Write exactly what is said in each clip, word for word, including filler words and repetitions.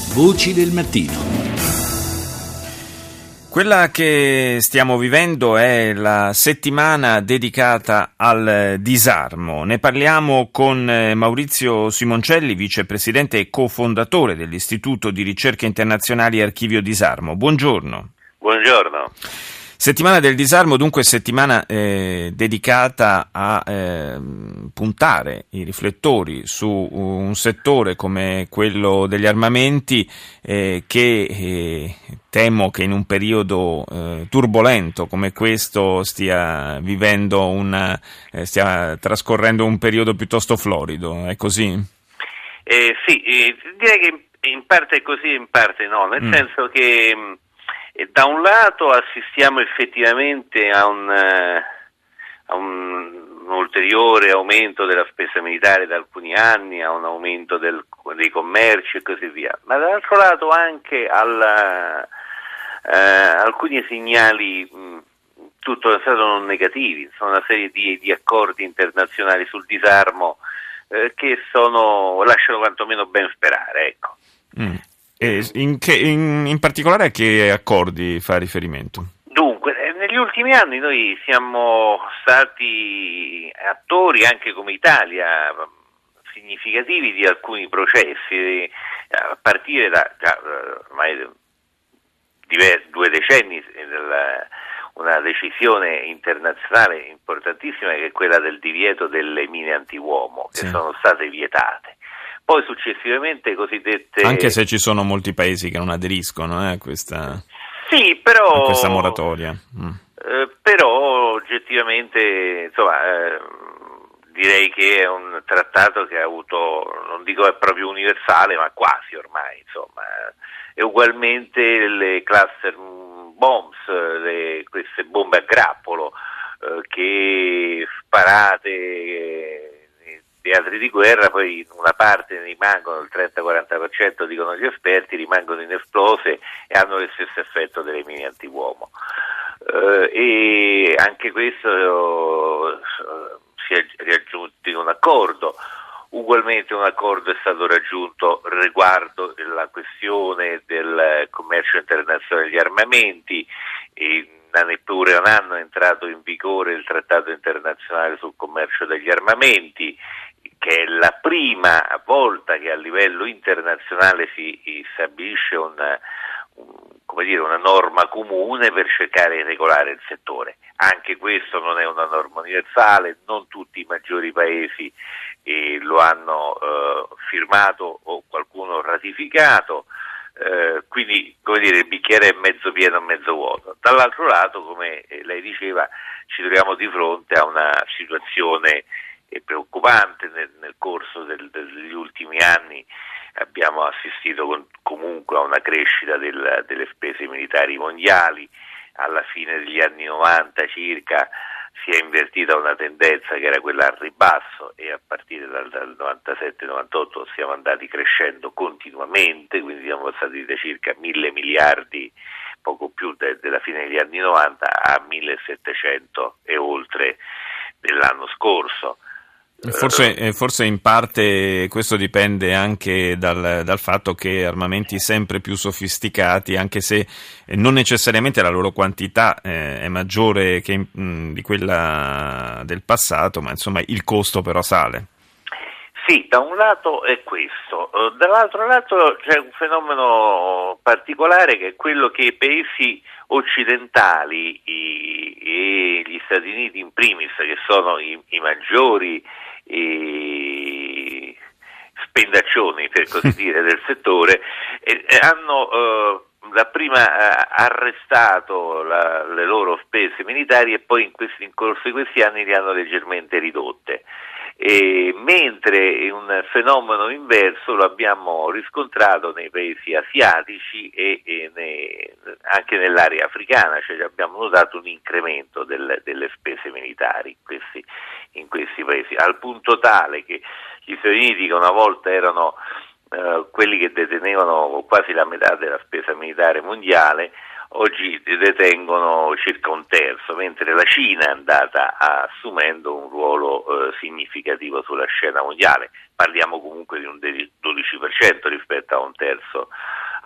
Voci del mattino. Quella che stiamo vivendo è la settimana dedicata al disarmo. Ne parliamo con Maurizio Simoncelli, vicepresidente e cofondatore dell'Istituto di Ricerche Internazionali Archivio Disarmo. Buongiorno. Buongiorno. Settimana del disarmo, dunque settimana eh, dedicata a eh, puntare i riflettori su un settore come quello degli armamenti eh, che eh, temo che in un periodo eh, turbolento come questo stia vivendo una, eh, stia trascorrendo un periodo piuttosto florido, è così? Eh, sì, eh, direi che in parte è così, in parte no, nel mm. senso che mh, da un lato assistiamo effettivamente a un, a un, un ulteriore aumento della spesa militare da alcuni anni, a un aumento del, dei commerci e così via, ma dall'altro lato anche alla, eh, alcuni segnali mh, tutto stato non negativi, insomma una serie di, di accordi internazionali sul disarmo eh, che sono, lasciano quantomeno ben sperare, ecco. Mm. E in, che, in, in particolare a che accordi fa riferimento? Dunque, negli ultimi anni noi siamo stati attori anche come Italia significativi di alcuni processi, a partire da già, ormai diversi, due decenni, della, una decisione internazionale importantissima che è quella del divieto delle mine antiuomo, che sì. sono state vietate. Poi successivamente cosiddette... Anche se ci sono molti paesi che non aderiscono eh, a questa, sì, però, a questa moratoria. Mm. Eh, però oggettivamente insomma, eh, direi che è un trattato che ha avuto, non dico è proprio universale, ma quasi ormai, insomma. E ugualmente le cluster bombs, le, queste bombe a grappolo eh, che sparate... Eh, teatri di guerra, poi in una parte rimangono, il trenta-quaranta per cento dicono gli esperti, rimangono inesplose e hanno lo stesso effetto delle mine antiuomo. Uh, e anche questo uh, si è raggiunto in un accordo. Ugualmente un accordo è stato raggiunto riguardo la questione del commercio internazionale degli armamenti, e da neppure un anno è entrato in vigore il Trattato internazionale sul commercio degli armamenti, che è la prima volta che a livello internazionale si stabilisce una, un, come dire, una norma comune per cercare di regolare il settore. Anche questo non è una norma universale, non tutti i maggiori paesi eh, lo hanno eh, firmato o qualcuno ratificato, eh, quindi come dire, il bicchiere è mezzo pieno o mezzo vuoto. Dall'altro lato, come lei diceva, ci troviamo di fronte a una situazione è preoccupante. Nel, nel corso del, degli ultimi anni abbiamo assistito con, comunque a una crescita del, delle spese militari mondiali. Alla fine degli anni novanta circa si è invertita una tendenza che era quella al ribasso, e a partire dal, dal novantasette novantotto siamo andati crescendo continuamente, quindi siamo passati da circa mille miliardi, poco più de, della fine degli anni novanta, a millesettecento e oltre dell'anno scorso. Forse, forse in parte questo dipende anche dal, dal fatto che armamenti sempre più sofisticati, anche se non necessariamente la loro quantità eh, è maggiore che mh, di quella del passato, ma insomma il costo però sale. Sì, da un lato è questo, dall'altro lato c'è un fenomeno particolare che è quello che i paesi occidentali i, e gli Stati Uniti in primis, che sono i, i maggiori i spendaccioni, per così dire, del settore, e, e hanno eh, dapprima eh, arrestato la, le loro spese militari e poi in, questi, in corso di questi anni le hanno leggermente ridotte. E mentre un fenomeno inverso lo abbiamo riscontrato nei paesi asiatici e, e ne, anche nell'area africana, cioè abbiamo notato un incremento del, delle spese militari in questi, in questi paesi, al punto tale che gli Stati Uniti, che una volta erano eh, quelli che detenevano quasi la metà della spesa militare mondiale, oggi detengono circa un terzo, mentre la Cina è andata assumendo un ruolo eh, significativo sulla scena mondiale. Parliamo comunque di un dodici per cento rispetto a un terzo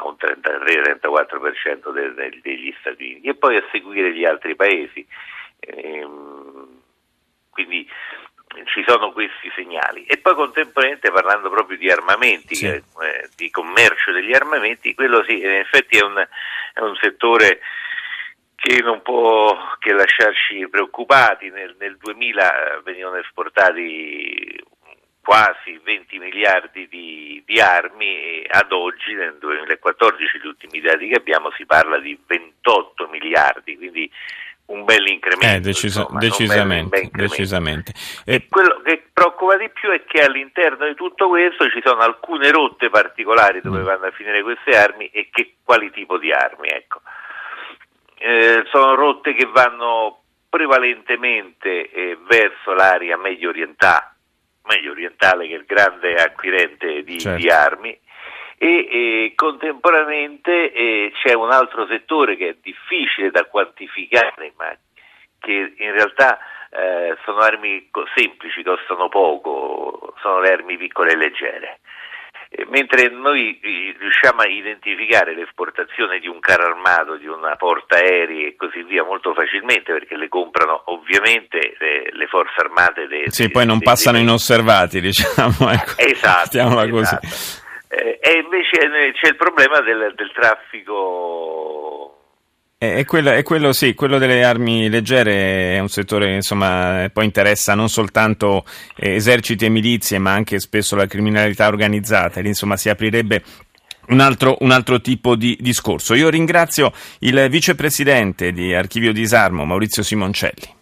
a un trentatré trentaquattro per cento de, de, degli Stati Uniti, e poi a seguire gli altri paesi. Ehm, quindi ci sono questi segnali. E poi contemporaneamente, parlando proprio di armamenti, sì. che, eh, di commercio degli armamenti, quello sì, in effetti è un, è un settore che non può che lasciarci preoccupati. Nel, nel duemila venivano esportati quasi venti miliardi di, di armi, e ad oggi, nel duemilaquattordici, gli ultimi dati che abbiamo, si parla di ventotto miliardi, quindi un bel incremento. Eh, decisa- insomma, decisamente, un bel, un bel decisamente. E quello che preoccupa di più è che all'interno di tutto questo ci sono alcune rotte particolari dove mm. vanno a finire queste armi, e che quali tipo di armi, ecco. Eh, sono rotte che vanno prevalentemente eh, verso l'area medio orientale, medio orientale che è il grande acquirente di, certo. di armi, e, e contemporaneamente eh, c'è un altro settore che è difficile da quantificare, ma che in realtà eh, sono armi semplici, costano poco, sono le armi piccole e leggere. Eh, mentre noi eh, riusciamo a identificare l'esportazione di un carro armato, di una portaerei e così via molto facilmente, perché le comprano ovviamente le, le forze armate. De, sì, de, poi non de, passano de, inosservati, diciamo. Ecco. Esatto. Mettiamola esatto. così. Eh, e invece c'è il problema del, del traffico. E quello, è quello sì, quello delle armi leggere è un settore che insomma poi interessa non soltanto eh, eserciti e milizie, ma anche spesso la criminalità organizzata, e lì insomma si aprirebbe un altro, un altro tipo di discorso. Io ringrazio il vicepresidente di Archivio Disarmo, Maurizio Simoncelli.